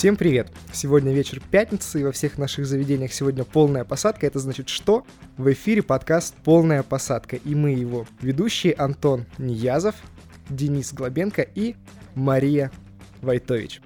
Всем привет! Сегодня вечер пятницы, и во всех наших заведениях сегодня полная посадка. Это значит что? В эфире подкаст «Полная посадка», и мы его ведущие Антон Ниязов, Денис Глобенко и Мария Войтович.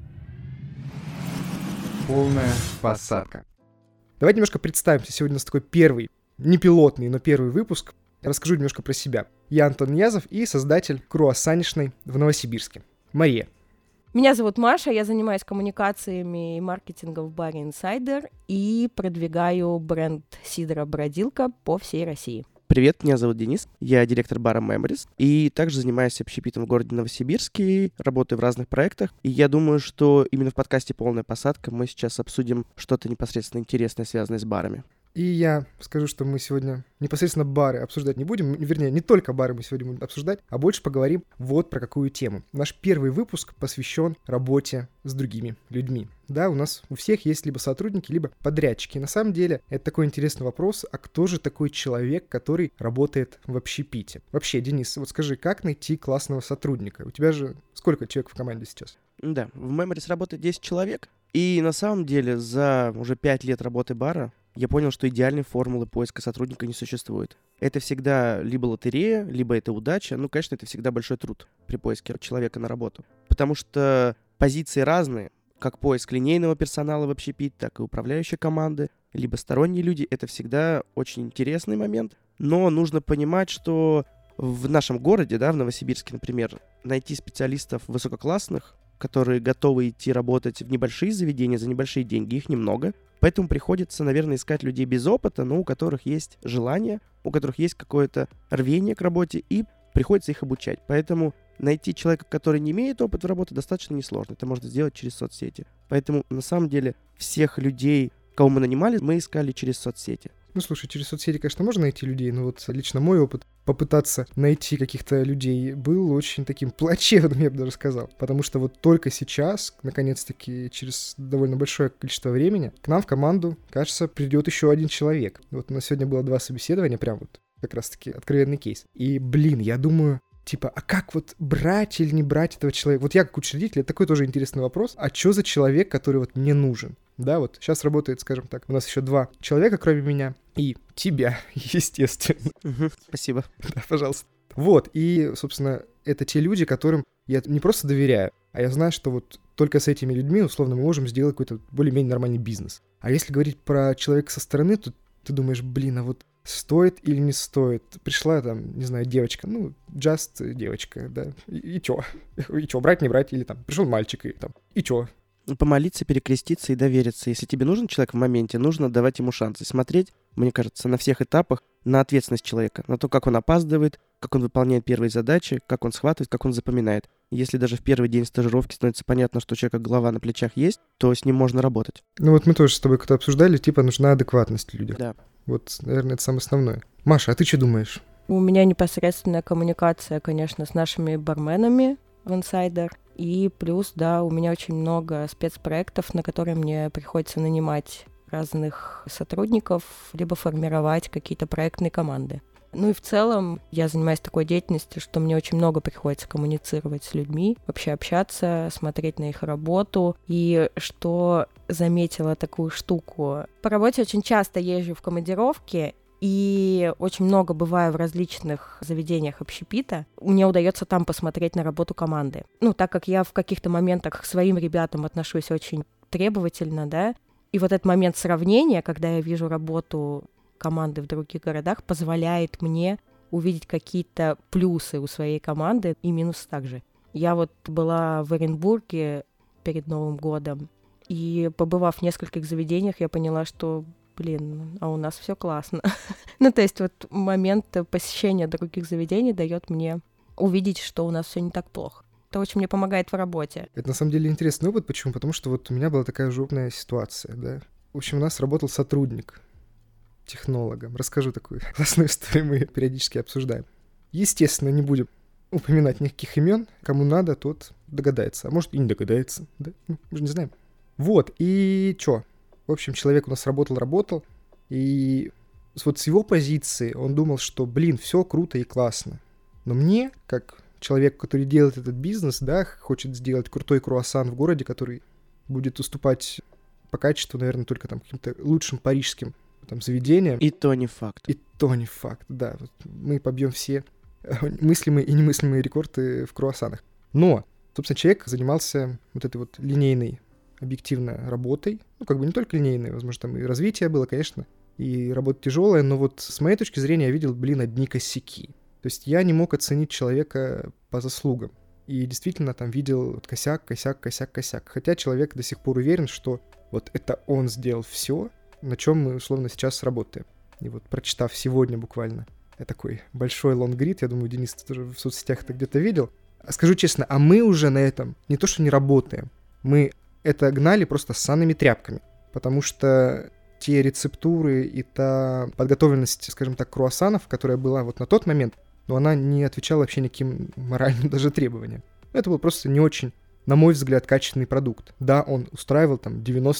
Полная посадка. Давайте немножко представимся. Сегодня у нас такой первый, не пилотный, но первый выпуск. Я расскажу немножко про себя. Я Антон Ниязов и создатель круассанишной в Новосибирске. Мария. Меня зовут Маша, я занимаюсь коммуникациями и маркетингом в баре Insider и продвигаю бренд Сидра Бродилка по всей России. Привет, меня зовут Денис, я директор бара Memories и также занимаюсь общепитом в городе Новосибирске, работаю в разных проектах. И я думаю, что именно в подкасте «Полная посадка» мы сейчас обсудим что-то непосредственно интересное, связанное с барами. И я скажу, что мы сегодня непосредственно бары обсуждать не будем, вернее, не только бары мы сегодня будем обсуждать, а больше поговорим вот про какую тему. Наш первый выпуск посвящен работе с другими людьми. Да, у нас у всех есть либо сотрудники, либо подрядчики. На самом деле, это такой интересный вопрос, а кто же такой человек, который работает в общепите? Вообще, Денис, вот скажи, как найти классного сотрудника? У тебя же сколько человек в команде сейчас? Да, в Memories работает 10 человек, и на самом деле за уже 5 лет работы бара я понял, что идеальной формулы поиска сотрудника не существует. Это всегда либо лотерея, либо это удача. Ну, конечно, это всегда большой труд при поиске человека на работу. Потому что позиции разные. Как поиск линейного персонала в общепит, так и управляющей команды, либо сторонние люди. Это всегда очень интересный момент. Но нужно понимать, что в нашем городе, да, в Новосибирске, например, найти специалистов высококлассных, которые готовы идти работать в небольшие заведения за небольшие деньги, их немного. Поэтому приходится, наверное, искать людей без опыта, но у которых есть желание, у которых есть какое-то рвение к работе, и приходится их обучать. Поэтому найти человека, который не имеет опыта в работе, достаточно несложно. Это можно сделать через соцсети. Поэтому, на самом деле, всех людей, кого мы нанимали, мы искали через соцсети. Ну, слушай, через соцсети, конечно, можно найти людей, но вот лично мой опыт попытаться найти каких-то людей был очень таким плачевным, я бы даже сказал. Потому что вот только сейчас, наконец-таки, через довольно большое количество времени, к нам в команду, кажется, придет еще один человек. Вот у нас сегодня было 2 собеседования, прям вот как раз-таки откровенный кейс. И, я думаю, типа, а как вот брать или не брать этого человека? Вот я как учредитель, это такой тоже интересный вопрос. А что за человек, который вот мне нужен? Да, вот сейчас работает, скажем так, у нас еще 2 человека, кроме меня, и тебя, естественно. Спасибо. Да, пожалуйста. Вот, и, собственно, это те люди, которым я не просто доверяю, а я знаю, что вот только с этими людьми, условно, мы можем сделать какой-то более-менее нормальный бизнес. А если говорить про человека со стороны, то ты думаешь, а вот стоит или не стоит? Пришла там, не знаю, девочка, just девочка, да, и чё? И чё, брать, не брать? Или там пришел мальчик, и чё? Помолиться, перекреститься и довериться. Если тебе нужен человек в моменте, нужно давать ему шанс. И смотреть, мне кажется, на всех этапах на ответственность человека, на то, как он опаздывает, как он выполняет первые задачи, как он схватывает, как он запоминает. Если даже в первый день стажировки становится понятно, что у человека голова на плечах есть, то с ним можно работать. Ну вот мы тоже с тобой когда обсуждали, нужна адекватность в людях. Да. Вот, наверное, это самое основное. Маша, а ты что думаешь? У меня непосредственная коммуникация, конечно, с нашими барменами в Insider. И плюс, да, у меня очень много спецпроектов, на которые мне приходится нанимать разных сотрудников, либо формировать какие-то проектные команды. Ну и в целом я занимаюсь такой деятельностью, что мне очень много приходится коммуницировать с людьми, вообще общаться, смотреть на их работу. И что заметила такую штуку. По работе очень часто езжу в командировки, и очень много бываю в различных заведениях общепита, мне удается там посмотреть на работу команды. Ну, так как я в каких-то моментах к своим ребятам отношусь очень требовательно, да, и вот этот момент сравнения, когда я вижу работу команды в других городах, позволяет мне увидеть какие-то плюсы у своей команды и минусы также. Я вот была в Оренбурге перед Новым годом, и побывав в нескольких заведениях, я поняла, что а у нас все классно. Ну, то есть вот момент посещения других заведений дает мне увидеть, что у нас все не так плохо. Это очень мне помогает в работе. Это на самом деле интересный опыт. Почему? Потому что вот у меня была такая жопная ситуация, да. В общем, у нас работал сотрудник технологом. Расскажу такую классную историю, мы ее периодически обсуждаем. Естественно, не будем упоминать никаких имен. Кому надо, тот догадается. А может и не догадается, да? Мы же не знаем. Вот, и чё? В общем, человек у нас работал, и вот с его позиции он думал, что, все круто и классно. Но мне, как человек, который делает этот бизнес, да, хочет сделать крутой круассан в городе, который будет уступать по качеству, наверное, только там каким-то лучшим парижским там заведениям. И то не факт. И то не факт, да. Вот мы побьем все мыслимые и немыслимые рекорды в круассанах. Но, собственно, человек занимался вот этой вот линейной, объективно, работой. Ну, как бы не только линейной, возможно, там и развитие было, конечно, и работа тяжелая, но вот с моей точки зрения я видел, одни косяки. То есть я не мог оценить человека по заслугам. И действительно там видел вот косяк. Хотя человек до сих пор уверен, что вот это он сделал все, на чем мы, условно, сейчас работаем. И вот прочитав сегодня буквально такой большой лонгрид, я думаю, Денис, ты тоже в соцсетях это где-то видел. Скажу честно, а мы уже на этом не то что не работаем, мы это гнали просто ссаными тряпками, потому что те рецептуры и та подготовленность, скажем так, круассанов, которая была вот на тот момент, но она не отвечала вообще никаким моральным даже требованиям. Это был просто не очень, на мой взгляд, качественный продукт. Да, он устраивал там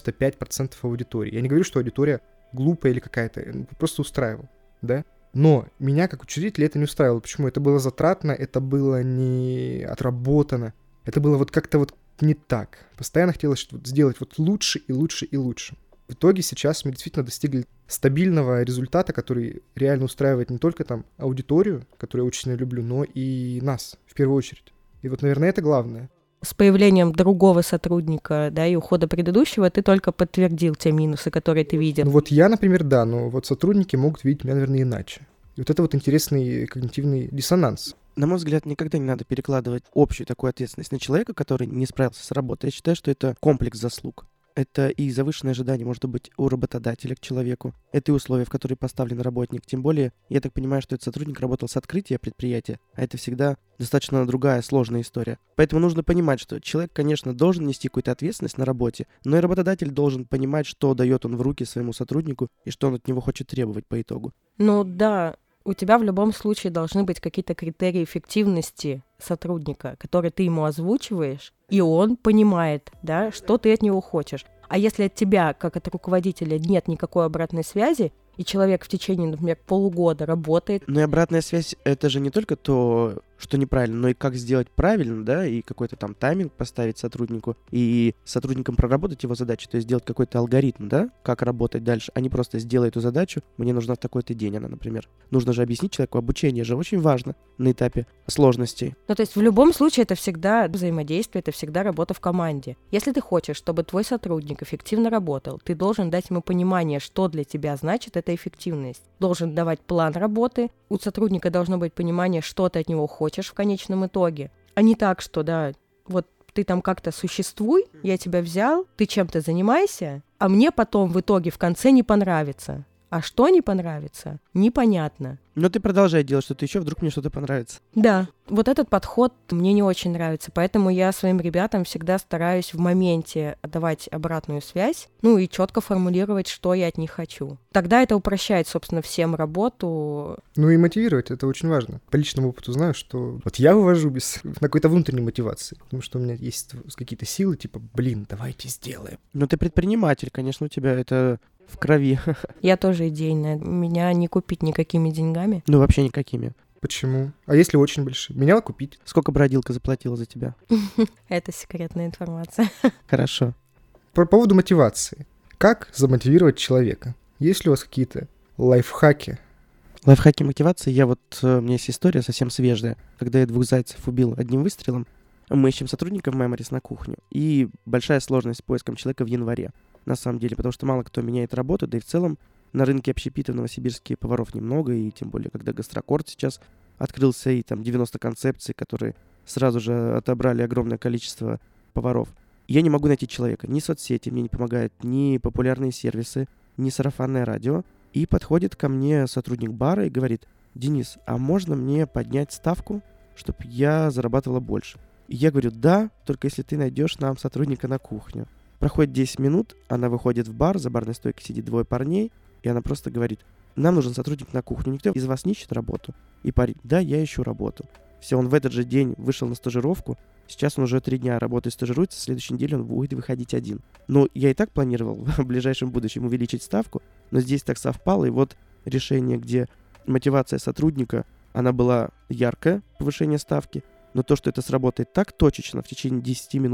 95% аудитории. Я не говорю, что аудитория глупая или какая-то, просто устраивал, да. Но меня, как учредителя, это не устраивало. Почему? Это было затратно, это было не отработано, это было вот как-то вот не так. Постоянно хотелось сделать вот лучше и лучше и лучше. В итоге сейчас мы действительно достигли стабильного результата, который реально устраивает не только там аудиторию, которую я очень сильно люблю, но и нас в первую очередь. И вот, наверное, это главное. С появлением другого сотрудника, да, и ухода предыдущего ты только подтвердил те минусы, которые ты видел. Ну вот я, например, да, но вот сотрудники могут видеть меня, наверное, иначе. И вот это вот интересный когнитивный диссонанс. На мой взгляд, никогда не надо перекладывать общую такую ответственность на человека, который не справился с работой. Я считаю, что это комплекс заслуг. Это и завышенное ожидание может быть у работодателя к человеку. Это и условия, в которые поставлен работник. Тем более, я так понимаю, что этот сотрудник работал с открытия предприятия, а это всегда достаточно другая сложная история. Поэтому нужно понимать, что человек, конечно, должен нести какую-то ответственность на работе, но и работодатель должен понимать, что дает он в руки своему сотруднику и что он от него хочет требовать по итогу. Ну да, у тебя в любом случае должны быть какие-то критерии эффективности сотрудника, которые ты ему озвучиваешь, и он понимает, да, что ты от него хочешь. А если от тебя, как от руководителя, нет никакой обратной связи, и человек в течение, например, полугода работает... Но и обратная связь — это же не только то, что неправильно, но и как сделать правильно, да, и какой-то там тайминг поставить сотруднику, и сотрудникам проработать его задачу, то есть сделать какой-то алгоритм, да, как работать дальше, а не просто сделай эту задачу, мне нужна в такой-то день она, например. Нужно же объяснить человеку, обучение же очень важно на этапе сложностей. Ну, то есть в любом случае это всегда взаимодействие, это всегда работа в команде. Если ты хочешь, чтобы твой сотрудник эффективно работал, ты должен дать ему понимание, что для тебя значит эта эффективность. Должен давать план работы, у сотрудника должно быть понимание, что ты от него хочешь в конечном итоге, а не так, что, да, вот ты там как-то существуй, я тебя взял, ты чем-то занимайся, а мне потом в итоге в конце не понравится. А что не понравится, непонятно. Но ты продолжай делать что-то еще, вдруг мне что-то понравится. Да, вот этот подход мне не очень нравится, поэтому я своим ребятам всегда стараюсь в моменте давать обратную связь, ну и четко формулировать, что я от них хочу. Тогда это упрощает, собственно, всем работу. Ну и мотивировать, это очень важно. По личному опыту знаю, что вот я вывожу без какой-то внутренней мотивации, потому что у меня есть какие-то силы, типа, давайте сделаем. Но ты предприниматель, конечно, у тебя это... в крови. Я тоже идейная. Меня не купить никакими деньгами. Ну, вообще никакими. Почему? А если очень большие? Меня купить. Сколько бродилка заплатила за тебя? Это секретная информация. Хорошо. По поводу мотивации. Как замотивировать человека? Есть ли у вас какие-то лайфхаки? Лайфхаки мотивации. У меня есть история совсем свежая. Когда я 2 зайцев убил одним выстрелом, мы ищем сотрудника в Memories на кухню. И большая сложность с поиском человека в январе. На самом деле, потому что мало кто меняет работу, да и в целом на рынке общепита в Новосибирске поваров немного, и тем более, когда гастрокорт сейчас открылся, и там 90 концепций, которые сразу же отобрали огромное количество поваров. Я не могу найти человека. Ни соцсети мне не помогают, ни популярные сервисы, ни сарафанное радио. И подходит ко мне сотрудник бара и говорит: «Денис, а можно мне поднять ставку, чтобы я зарабатывала больше?» И я говорю: «Да, только если ты найдешь нам сотрудника на кухню». Проходит 10 минут, она выходит в бар, за барной стойкой сидит 2 парней, и она просто говорит: «Нам нужен сотрудник на кухню, никто из вас не ищет работу?» И парень: «Да, я ищу работу». Все, он в этот же день вышел на стажировку, сейчас он уже 3 дня работает, стажируется, в следующей неделе он будет выходить один. Ну, я и так планировал в ближайшем будущем увеличить ставку, но здесь так совпало, и вот решение, где мотивация сотрудника, она была яркая, повышение ставки, но то, что это сработает так точечно в течение 10 минут,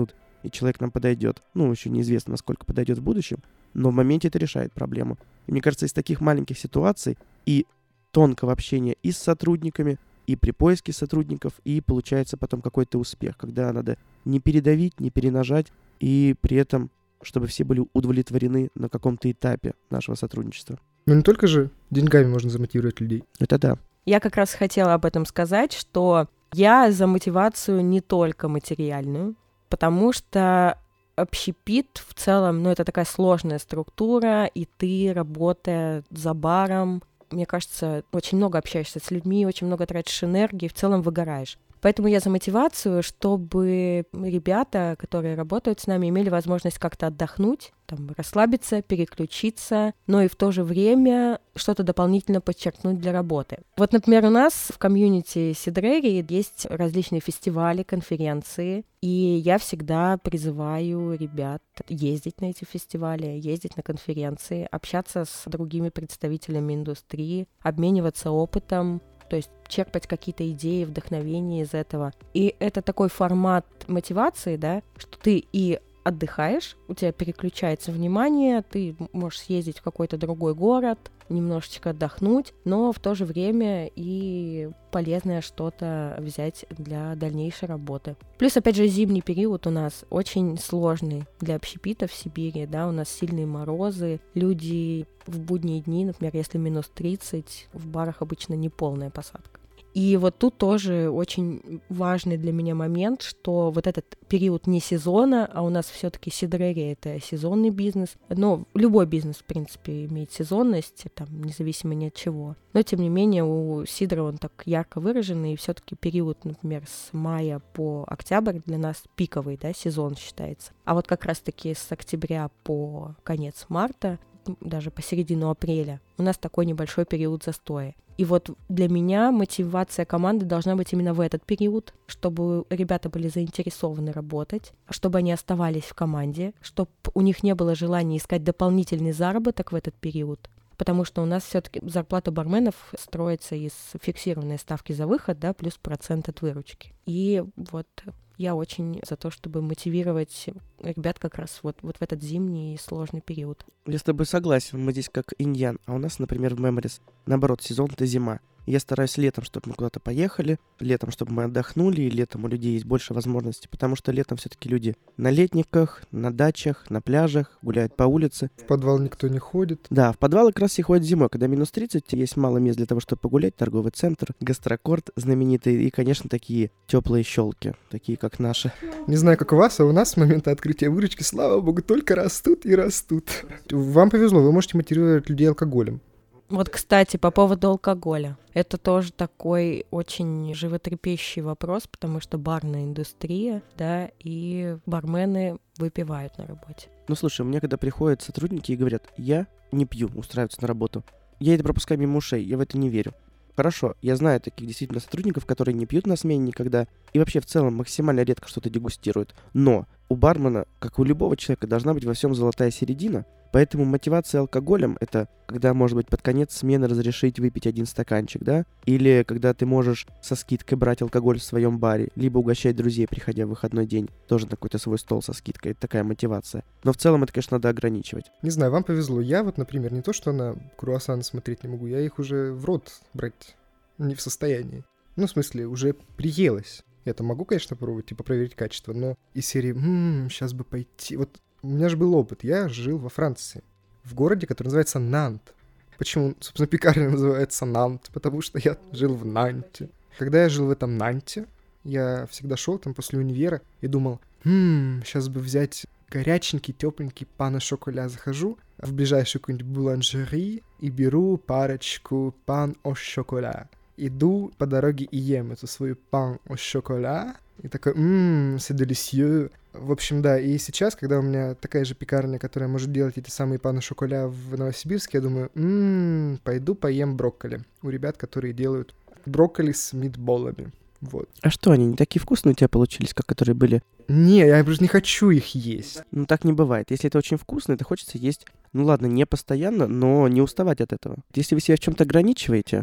и человек нам подойдет. Ну, еще неизвестно, насколько подойдет в будущем, но в моменте это решает проблему. И мне кажется, из таких маленьких ситуаций и тонкого общения и с сотрудниками, и при поиске сотрудников, и получается потом какой-то успех, когда надо не передавить, не перенажать, и при этом, чтобы все были удовлетворены на каком-то этапе нашего сотрудничества. Но не только же деньгами можно замотивировать людей. Это да. Я как раз хотела об этом сказать, что я за мотивацию не только материальную, потому что общепит в целом, это такая сложная структура, и ты, работая за баром, мне кажется, очень много общаешься с людьми, очень много тратишь энергии, в целом выгораешь. Поэтому я за мотивацию, чтобы ребята, которые работают с нами, имели возможность как-то отдохнуть, расслабиться, переключиться, но и в то же время что-то дополнительно подчеркнуть для работы. Вот, например, у нас в комьюнити Сидрери есть различные фестивали, конференции, и я всегда призываю ребят ездить на эти фестивали, ездить на конференции, общаться с другими представителями индустрии, обмениваться опытом, то есть черпать какие-то идеи, вдохновение из этого. И это такой формат мотивации, да, что ты и отдыхаешь, у тебя переключается внимание, ты можешь съездить в какой-то другой город, немножечко отдохнуть, но в то же время и полезное что-то взять для дальнейшей работы. Плюс, опять же, зимний период у нас очень сложный для общепита в Сибири, да, у нас сильные морозы, люди в будние дни, например, если минус 30, в барах обычно неполная посадка. И вот тут тоже очень важный для меня момент, что вот этот период не сезона, а у нас все-таки Сидрери — это сезонный бизнес. Но любой бизнес, в принципе, имеет сезонность, независимо ни от чего. Но, тем не менее, у Сидра он так ярко выраженный, и все-таки период, например, с мая по октябрь для нас пиковый, да, сезон считается. А вот как раз-таки с октября по конец марта, даже по середину апреля, у нас такой небольшой период застоя. И вот для меня мотивация команды должна быть именно в этот период, чтобы ребята были заинтересованы работать, чтобы они оставались в команде, чтобы у них не было желания искать дополнительный заработок в этот период. Потому что у нас все-таки зарплата барменов строится из фиксированной ставки за выход, да, плюс процент от выручки. И вот я очень за то, чтобы мотивировать ребят как раз вот в этот зимний и сложный период. Я с тобой согласен, мы здесь как инь-ян, а у нас, например, в Memories, наоборот, сезон — это зима. Я стараюсь летом, чтобы мы куда-то поехали, летом, чтобы мы отдохнули, и летом у людей есть больше возможностей, потому что летом все-таки люди на летниках, на дачах, на пляжах, гуляют по улице. В подвал никто не ходит. Да, в подвалы как раз все ходят зимой, когда минус 30, есть мало мест для того, чтобы погулять, торговый центр, гастрокорт знаменитый, и, конечно, такие теплые щелки, такие как наши. Не знаю, как у вас, а у нас с момента открытия выручки, слава богу, только растут и растут. Вам повезло, вы можете мотивировать людей алкоголем. Вот, кстати, по поводу алкоголя. Это тоже такой очень животрепещущий вопрос, потому что барная индустрия, да, и бармены выпивают на работе. Ну, слушай, у меня когда приходят сотрудники и говорят, я не пью, устраиваются на работу, я это пропускаю мимо ушей, я в это не верю. Хорошо, я знаю таких действительно сотрудников, которые не пьют на смене никогда и вообще в целом максимально редко что-то дегустируют. Но у бармена, как у любого человека, должна быть во всем золотая середина. Поэтому мотивация алкоголем — это когда, может быть, под конец смены разрешить выпить один стаканчик, да? Или когда ты можешь со скидкой брать алкоголь в своем баре, либо угощать друзей, приходя в выходной день. Тоже на какой-то свой стол со скидкой. Это такая мотивация. Но в целом это, конечно, надо ограничивать. Не знаю, вам повезло. Я вот, например, не то, что на круассаны смотреть не могу, я их уже в рот брать не в состоянии. Ну, в смысле, уже приелось. Я-то могу, конечно, пробовать, проверить качество, но из серии сейчас бы пойти... Вот у меня же был опыт. Я жил во Франции, в городе, который называется Нант. Почему, собственно, пекарня называется Нант? Потому что я жил в Нанте. Когда я жил в этом Нанте, я всегда шел там после универа и думал, сейчас бы взять горяченький, тепленький пан о шоколя. Захожу в ближайшую какую-нибудь буланжери и беру парочку пан о шоколя. Иду по дороге и ем эту свою пан о шоколя. И такой, c'est délicieux. В общем, да, и сейчас, когда у меня такая же пекарня, которая может делать эти самые паны шоколя в Новосибирске, я думаю, пойду поем брокколи у ребят, которые делают брокколи с митболами. Вот. А что, они не такие вкусные у тебя получились, как которые были? Не, я просто не хочу их есть. Ну, так не бывает. Если это очень вкусно, это хочется есть, ну ладно, не постоянно, но не уставать от этого. Если вы себя в чем-то ограничиваете...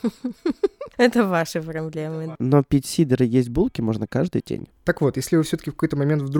Это ваши проблемы. Но пить сидр и есть булки можно каждый день. Так вот, если вы все-таки в какой-то момент вдруг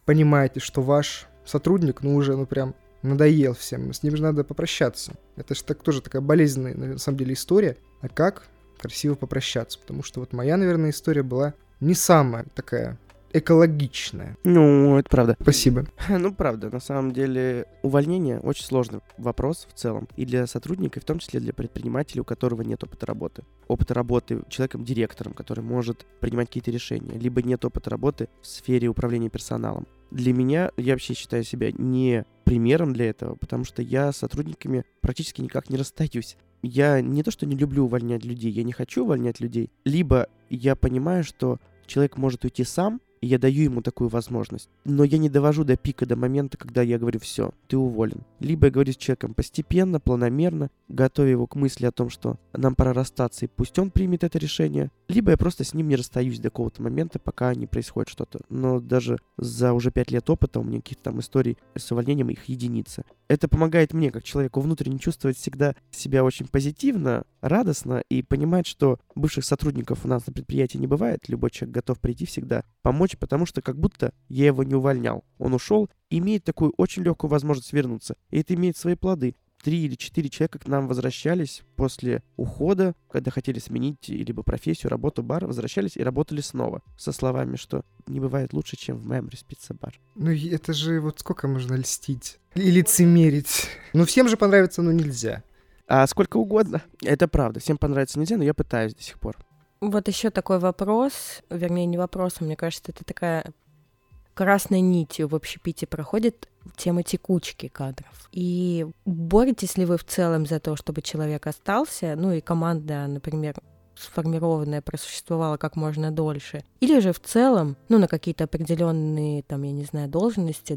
понимаете, что ваш сотрудник, уже, прям надоел всем, с ним же надо попрощаться. Это же тоже такая болезненная, на самом деле, история. А как красиво попрощаться? Потому что вот моя, наверное, история была не самая такая экологичная. Это правда. Спасибо. Правда. На самом деле, увольнение очень сложный вопрос в целом. И для сотрудника, и в том числе для предпринимателя, у которого нет опыта работы. Опыта работы человеком-директором, который может принимать какие-то решения. Либо нет опыта работы в сфере управления персоналом. Для меня, я вообще считаю себя не примером для этого, потому что я с сотрудниками практически никак не расстаюсь. Я не то, что не люблю увольнять людей, я не хочу увольнять людей. Либо я понимаю, что человек может уйти сам, и я даю ему такую возможность. Но я не довожу до пика, до момента, когда я говорю: все, ты уволен. Либо я говорю с человеком постепенно, планомерно, готовя его к мысли о том, что нам пора расстаться, и пусть он примет это решение. Либо я просто с ним не расстаюсь до какого-то момента, пока не происходит что-то. Но даже за уже 5 лет опыта у меня каких-то там историй с увольнением, их единицы. Это помогает мне, как человеку, внутренне чувствовать всегда себя очень позитивно, радостно и понимать, что бывших сотрудников у нас на предприятии не бывает. Любой человек готов прийти всегда, помочь, потому что как будто я его не увольнял. Он ушел и имеет такую очень легкую возможность вернуться. И это имеет свои плоды. 3 или 4 человека к нам возвращались после ухода, когда хотели сменить либо профессию, работу, бар, возвращались и работали снова. Со словами, что не бывает лучше, чем в Memories Pizza Bar. Это же вот сколько можно льстить и лицемерить. Всем же понравится, но нельзя. А сколько угодно. Это правда. Всем понравится нельзя, но я пытаюсь до сих пор. Вот еще такой вопрос, вернее, не вопрос, а мне кажется, это такая красной нитью в общепите проходит тема текучки кадров. И боретесь ли вы в целом за то, чтобы человек остался, и команда, например, сформированная, просуществовала как можно дольше? Или же в целом, на какие-то определенные, должности,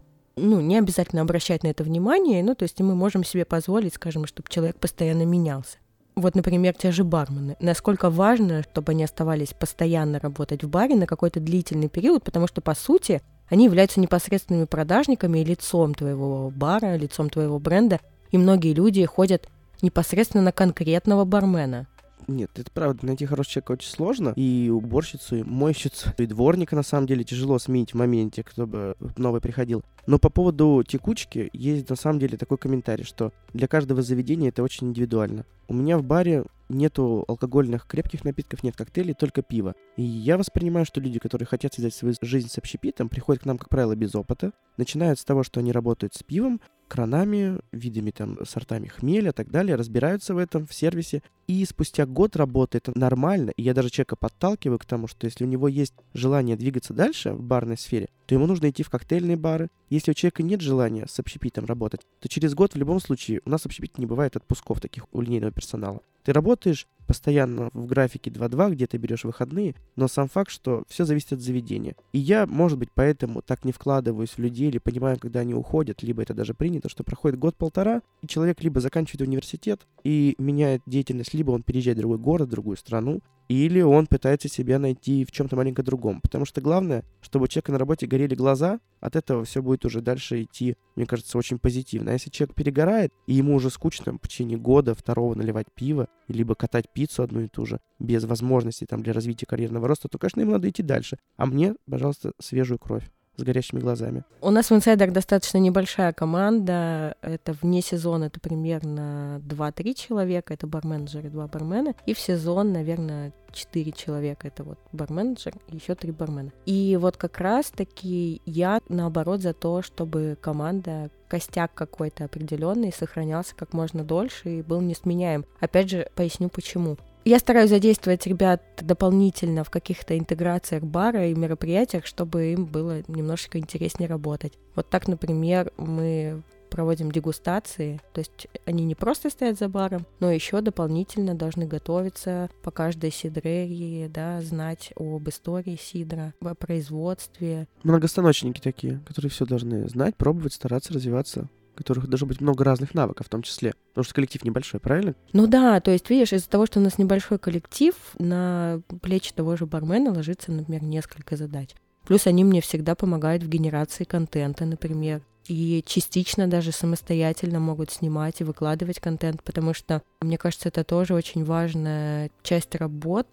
не обязательно обращать на это внимание, то есть мы можем себе позволить, скажем, чтобы человек постоянно менялся. Вот, например, те же бармены. Насколько важно, чтобы они оставались постоянно работать в баре на какой-то длительный период, потому что, по сути, они являются непосредственными продажниками и лицом твоего бара, лицом твоего бренда, и многие люди ходят непосредственно на конкретного бармена. Нет, это правда, найти хорошего человека очень сложно. И уборщицу, и мойщицу, и дворника, на самом деле, тяжело сменить в моменте, кто бы новый приходил. Но по поводу текучки есть, на самом деле, такой комментарий, что для каждого заведения это очень индивидуально. У меня в баре нету алкогольных крепких напитков, нет коктейлей, только пиво. И я воспринимаю, что люди, которые хотят связать свою жизнь с общепитом, приходят к нам, как правило, без опыта. Начинают с того, что они работают с пивом, кранами, видами сортами хмеля и так далее, разбираются в этом, в сервисе. И спустя год работы это нормально. И я даже человека подталкиваю к тому, что если у него есть желание двигаться дальше в барной сфере, то ему нужно идти в коктейльные бары. Если у человека нет желания с общепитом работать, то через год в любом случае у нас в общепите не бывает отпусков таких у линейного персонала. Ты работаешь постоянно в графике 2-2, где ты берешь выходные, но сам факт, что все зависит от заведения. И я, может быть, поэтому так не вкладываюсь в людей или понимаю, когда они уходят, либо это даже принято, что проходит год-полтора, и человек либо заканчивает университет и меняет деятельность, либо он переезжает в другой город, в другую страну, или он пытается себя найти в чем-то маленько другом. Потому что главное, чтобы у человека на работе горели глаза, от этого все будет уже дальше идти, мне кажется, очень позитивно. А если человек перегорает, и ему уже скучно в течение года, второго наливать пиво, либо катать пиццу одну и ту же, без возможности для развития карьерного роста, то, конечно, ему надо идти дальше. А мне, пожалуйста, свежую кровь с горящими глазами. У нас в Insider достаточно небольшая команда. Это вне сезона, это примерно 2-3 человека. Это барменеджеры, 2 бармена. И в сезон, наверное, 4 человека. Это вот барменеджер и еще 3 бармена. И вот как раз-таки я, наоборот, за то, чтобы команда, костяк какой-то определенный, сохранялся как можно дольше и был несменяем. Опять же, поясню почему. Я стараюсь задействовать ребят дополнительно в каких-то интеграциях бара и мероприятиях, чтобы им было немножечко интереснее работать. Вот так, например, мы проводим дегустации, то есть они не просто стоят за баром, но еще дополнительно должны готовиться по каждой сидрерии, знать об истории сидра, о производстве. Многостаночники такие, которые все должны знать, пробовать, стараться развиваться, у которых должно быть много разных навыков в том числе. Потому что коллектив небольшой, правильно? То есть, видишь, из-за того, что у нас небольшой коллектив, на плечи того же бармена ложится, например, несколько задач. Плюс они мне всегда помогают в генерации контента, например. И частично даже самостоятельно могут снимать и выкладывать контент, потому что, мне кажется, это тоже очень важная часть работы,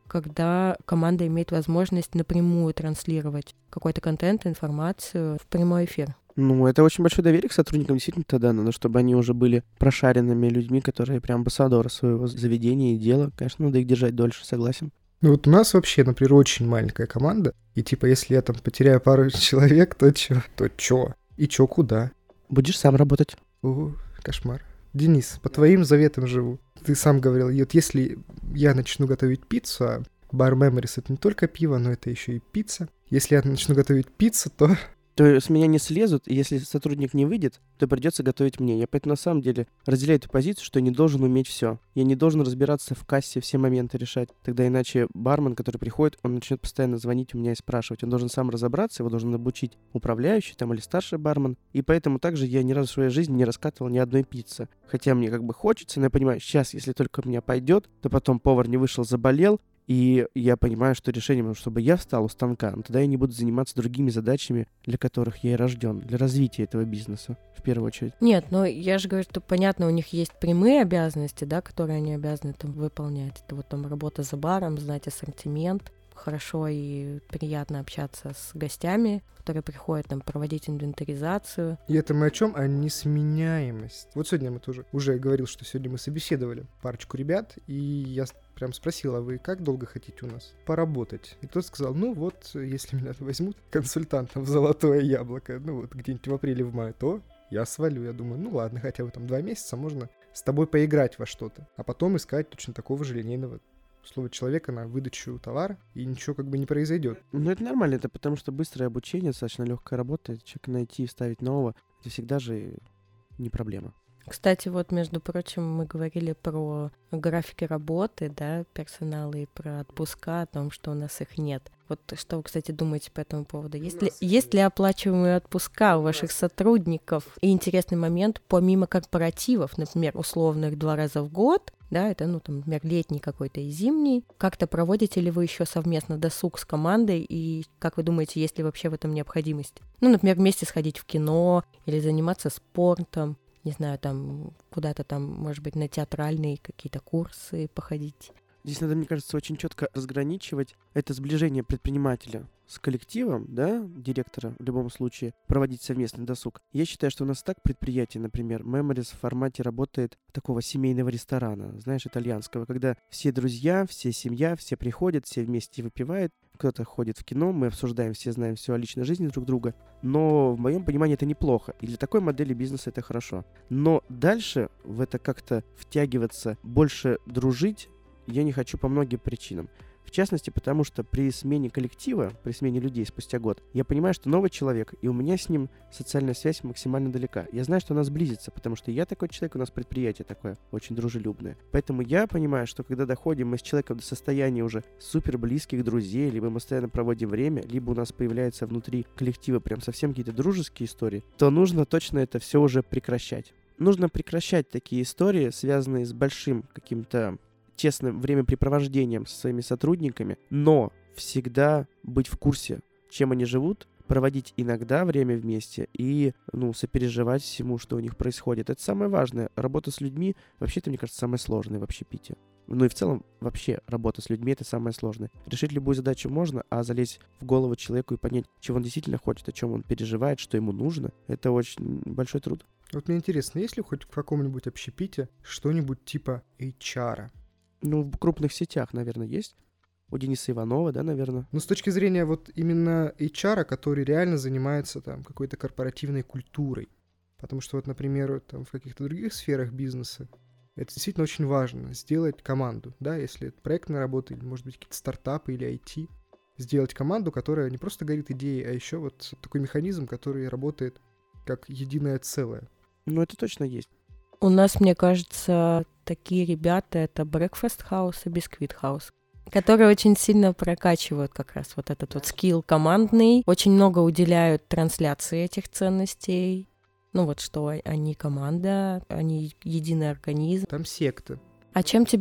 когда команда имеет возможность напрямую транслировать какой-то контент, информацию в прямой эфир. Ну, это очень большое доверие к сотрудникам, действительно, тогда надо, чтобы они уже были прошаренными людьми, которые прям амбассадоры своего заведения и дела. Конечно, надо их держать дольше, согласен. Ну вот у нас вообще, например, очень маленькая команда, и типа если я там потеряю пару человек, то чё? То чё? И чё, куда? Будешь сам работать. О, кошмар. Денис, по твоим заветам живу. Ты сам говорил, и вот если я начну готовить пиццу, а Bar Memories — это не только пиво, но это еще и пицца. Если я начну готовить пиццу, то... То с меня не слезут, и если сотрудник не выйдет, то придется готовить мне. Я поэтому на самом деле разделяю эту позицию, что я не должен уметь все. Я не должен разбираться в кассе, все моменты решать. Тогда иначе бармен, который приходит, он начнет постоянно звонить у меня и спрашивать. Он должен сам разобраться, его должен обучить управляющий там или старший бармен. И поэтому также я ни разу в своей жизни не раскатывал ни одной пиццы. Хотя мне как бы хочется, но я понимаю, сейчас, если только у меня пойдет, то потом повар не вышел, заболел, и я понимаю, что решением, чтобы я встал у станка, но тогда я не буду заниматься другими задачами, для которых я и рожден, для развития этого бизнеса, в первую очередь. Нет, но я же говорю, что, понятно, у них есть прямые обязанности, да, которые они обязаны там выполнять. Это вот там работа за баром, знать ассортимент, хорошо и приятно общаться с гостями, которые приходят там проводить инвентаризацию. И это мы о чем? О несменяемости. Вот сегодня мы тоже уже говорил, что сегодня мы собеседовали парочку ребят, и я прям спросил, а вы как долго хотите у нас поработать? И кто-то сказал, ну вот, если меня возьмут консультантом в золотое яблоко, ну вот где-нибудь в апреле, в мае, то я свалю. Я думаю, ну ладно, хотя бы там 2 месяца можно с тобой поиграть во что-то, а потом искать точно такого же линейного слово человека на выдачу товара, и ничего как бы не произойдет. Ну, это нормально, это потому что быстрое обучение, достаточно легкая работа, человека найти и вставить нового, это всегда же не проблема. Кстати, вот, между прочим, мы говорили про графики работы, да, персонала и про отпуска, о том, что у нас их нет. Вот что вы, кстати, думаете по этому поводу? Есть ли оплачиваемые отпуска у ваших сотрудников? И интересный момент, помимо корпоративов, например, условных 2 раза в год, да, это, ну, там, например, летний какой-то и зимний, как-то проводите ли вы еще совместно досуг с командой, и как вы думаете, есть ли вообще в этом необходимость? Ну, например, вместе сходить в кино или заниматься спортом, не знаю, там, куда-то там, может быть, на театральные какие-то курсы походить. Здесь надо, мне кажется, очень четко разграничивать это сближение предпринимателя с коллективом, да, директора в любом случае, проводить совместный досуг. Я считаю, что у нас так предприятие, например, Memories в формате работает такого семейного ресторана, знаешь, итальянского, когда все друзья, все семья, все приходят, все вместе выпивают, кто-то ходит в кино, мы обсуждаем, все знаем все о личной жизни друг друга, но в моем понимании это неплохо, и для такой модели бизнеса это хорошо. Но дальше в это как-то втягиваться, больше дружить я не хочу по многим причинам. В частности, потому что при смене коллектива, при смене людей спустя год, я понимаю, что новый человек, и у меня с ним социальная связь максимально далека. Я знаю, что она сблизится, потому что я такой человек, у нас предприятие такое, очень дружелюбное. Поэтому я понимаю, что когда доходим мы с человеком до состояния уже супер близких друзей, либо мы постоянно проводим время, либо у нас появляется внутри коллектива прям совсем какие-то дружеские истории, то нужно точно это все уже прекращать. Нужно прекращать такие истории, связанные с большим каким-то честным времяпрепровождением со своими сотрудниками, но всегда быть в курсе, чем они живут, проводить иногда время вместе и, сопереживать всему, что у них происходит. Это самое важное. Работа с людьми, вообще-то, мне кажется, самое сложное в общепите. Ну и в целом, вообще, работа с людьми — это самое сложное. Решить любую задачу можно, а залезть в голову человеку и понять, чего он действительно хочет, о чем он переживает, что ему нужно, это очень большой труд. Вот мне интересно, есть ли хоть в каком-нибудь общепите что-нибудь типа HR-а? Ну, в крупных сетях, наверное, есть. У Дениса Иванова, да, наверное. Ну, с точки зрения вот именно HR, который реально занимается там какой-то корпоративной культурой. Потому что вот, например, там в каких-то других сферах бизнеса это действительно очень важно, сделать команду, да, если это проектная работа, или, может быть, какие-то стартапы или IT, сделать команду, которая не просто горит идеей, а еще вот такой механизм, который работает как единое целое. Ну, это точно есть. У нас, мне кажется, такие ребята — это Breakfast House и Biscuit House, которые очень сильно прокачивают как раз вот этот вот скилл командный, очень много уделяют трансляции этих ценностей. Ну вот что они команда, они единый организм. Там секта. А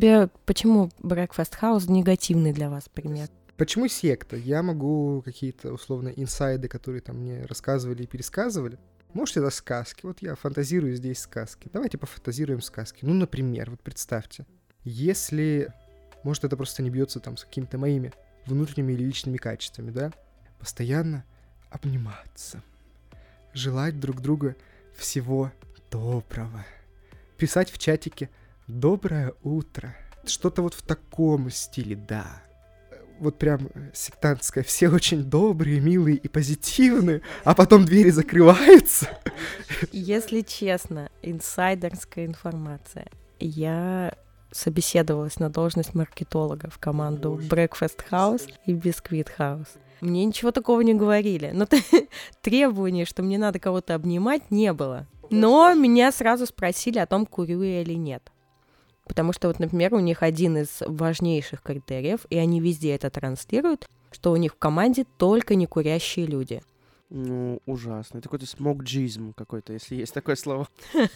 почему Breakfast House негативный для вас пример? Почему секта? Я могу какие-то условно инсайды, которые там мне рассказывали и пересказывали. Может, это сказки. Вот я фантазирую здесь сказки. Давайте пофантазируем сказки. Ну, например, вот представьте, если Может, это просто не бьется там с какими-то моими внутренними или личными качествами, да? Постоянно обниматься, желать друг друга всего доброго, писать в чатике «Доброе утро». Что-то вот в таком стиле, да. Вот прям сектантское. Все очень добрые, милые и позитивные, а потом двери закрываются. Если честно, инсайдерская информация. Я собеседовалась на должность маркетолога в команду Breakfast House и Biscuit House. Мне ничего такого не говорили. Но требований, что мне надо кого-то обнимать, не было. Но меня сразу спросили о том, курю я или нет. Потому что вот, например, у них один из важнейших критериев, и они везде это транслируют, что у них в команде только некурящие люди. Ну, ужасно. Это какой-то смокджизм какой-то, если есть такое слово.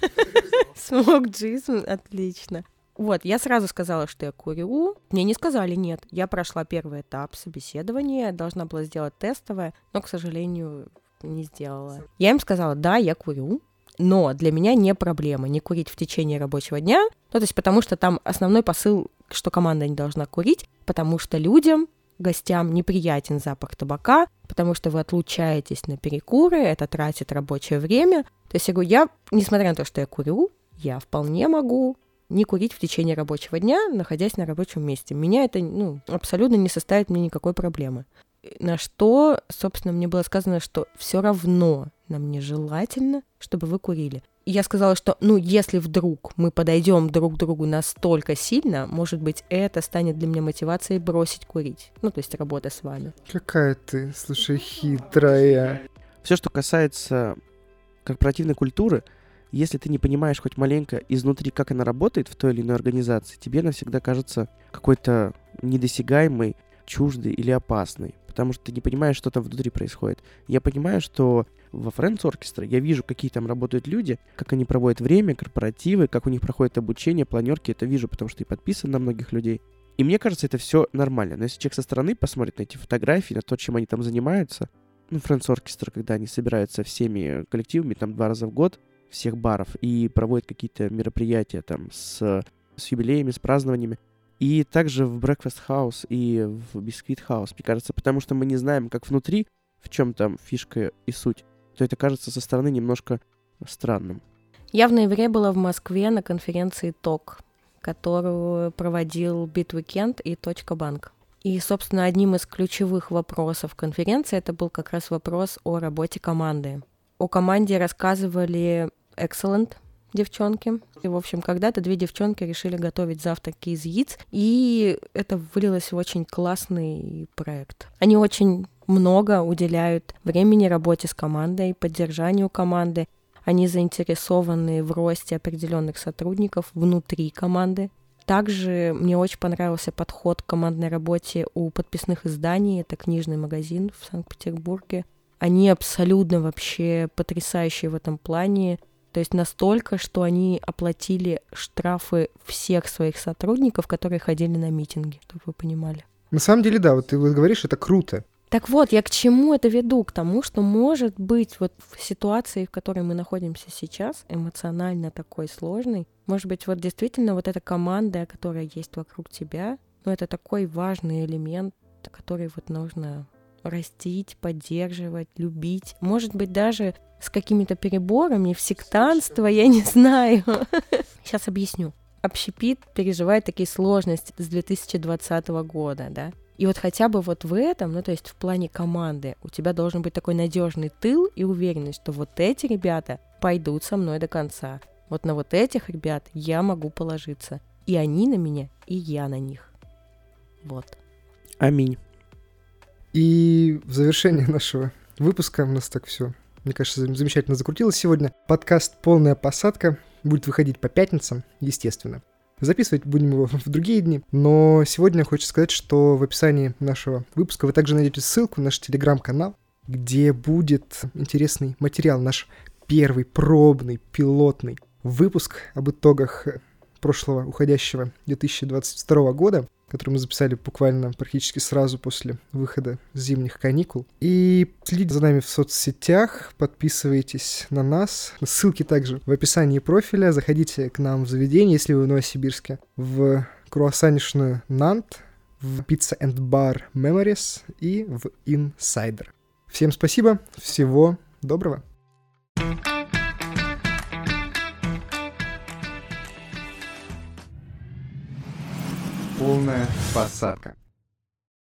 Смокджизм, отлично. Вот, я сразу сказала, что я курю. Мне не сказали нет. Я прошла первый этап собеседования, должна была сделать тестовое, но, к сожалению, не сделала. Я им сказала, да, я курю. Но для меня не проблема не курить в течение рабочего дня, ну, то есть потому что там основной посыл, что команда не должна курить, потому что людям, гостям неприятен запах табака, потому что вы отлучаетесь на перекуры, это тратит рабочее время. То есть я говорю, я, несмотря на то, что я курю, я вполне могу не курить в течение рабочего дня, находясь на рабочем месте. Меня это, абсолютно не составит мне никакой проблемы. На что, собственно, мне было сказано, что все равно нам нежелательно, чтобы вы курили. И я сказала, что, если вдруг мы подойдем друг к другу настолько сильно, может быть, это станет для меня мотивацией бросить курить. То есть работа с вами. Какая ты, слушай, хитрая. Все, что касается корпоративной культуры, если ты не понимаешь хоть маленько изнутри, как она работает в той или иной организации, тебе навсегда кажется какой-то недосягаемой, чуждой или опасной, потому что ты не понимаешь, что там внутри происходит. Я понимаю, что во Friends Orchestra я вижу, какие там работают люди, как они проводят время, корпоративы, как у них проходит обучение, планерки, это вижу, потому что я подписан на многих людей. И мне кажется, это все нормально. Но если человек со стороны посмотрит на эти фотографии, на то, чем они там занимаются, Friends Orchestra, когда они собираются всеми коллективами, там 2 раза в год, всех баров, и проводят какие-то мероприятия там с юбилеями, с празднованиями, и также в Breakfast House и в Biscuit House, мне кажется, потому что мы не знаем, как внутри, в чем там фишка и суть, то это кажется со стороны немножко странным. Я в ноябре была в Москве на конференции ТОК, которую проводил Bitweekend и Точка Банк. И, собственно, одним из ключевых вопросов конференции это был как раз вопрос о работе команды. О команде рассказывали Excellent девчонки. И, в общем, когда-то 2 девчонки решили готовить завтраки из яиц, и это вылилось в очень классный проект. Они очень много уделяют времени работе с командой, поддержанию команды. Они заинтересованы в росте определенных сотрудников внутри команды. Также мне очень понравился подход к командной работе у подписных изданий. Это книжный магазин в Санкт-Петербурге. Они абсолютно вообще потрясающие в этом плане. То есть настолько, что они оплатили штрафы всех своих сотрудников, которые ходили на митинги, чтобы вы понимали. На самом деле, да, вот ты говоришь, это круто. Так вот, я к чему это веду? К тому, что, может быть, вот в ситуации, в которой мы находимся сейчас, эмоционально такой сложной, может быть, вот действительно вот эта команда, которая есть вокруг тебя, это такой важный элемент, который вот нужно растить, поддерживать, любить. Может быть, даже с какими-то переборами в сектантство, я не знаю. Сейчас объясню. Общепит переживает такие сложности с 2020 года, да? И вот хотя бы вот в этом, то есть в плане команды, у тебя должен быть такой надежный тыл и уверенность, что вот эти ребята пойдут со мной до конца. Вот на вот этих ребят я могу положиться. И они на меня, и я на них. Вот. Аминь. И в завершение нашего выпуска у нас так все, мне кажется, замечательно закрутилось сегодня. Подкаст «Полная посадка» будет выходить по пятницам, естественно. Записывать будем его в другие дни, но сегодня хочется сказать, что в описании нашего выпуска вы также найдете ссылку на наш телеграм-канал, где будет интересный материал, наш первый пробный, пилотный выпуск об итогах прошлого уходящего 2022 года, который мы записали буквально практически сразу после выхода зимних каникул. И следите за нами в соцсетях, подписывайтесь на нас. Ссылки также в описании профиля. Заходите к нам в заведение, если вы в Новосибирске, в круассанишную Нант, в Pizza and Bar Memories и в Insider. Всем спасибо, всего доброго. Полная посадка.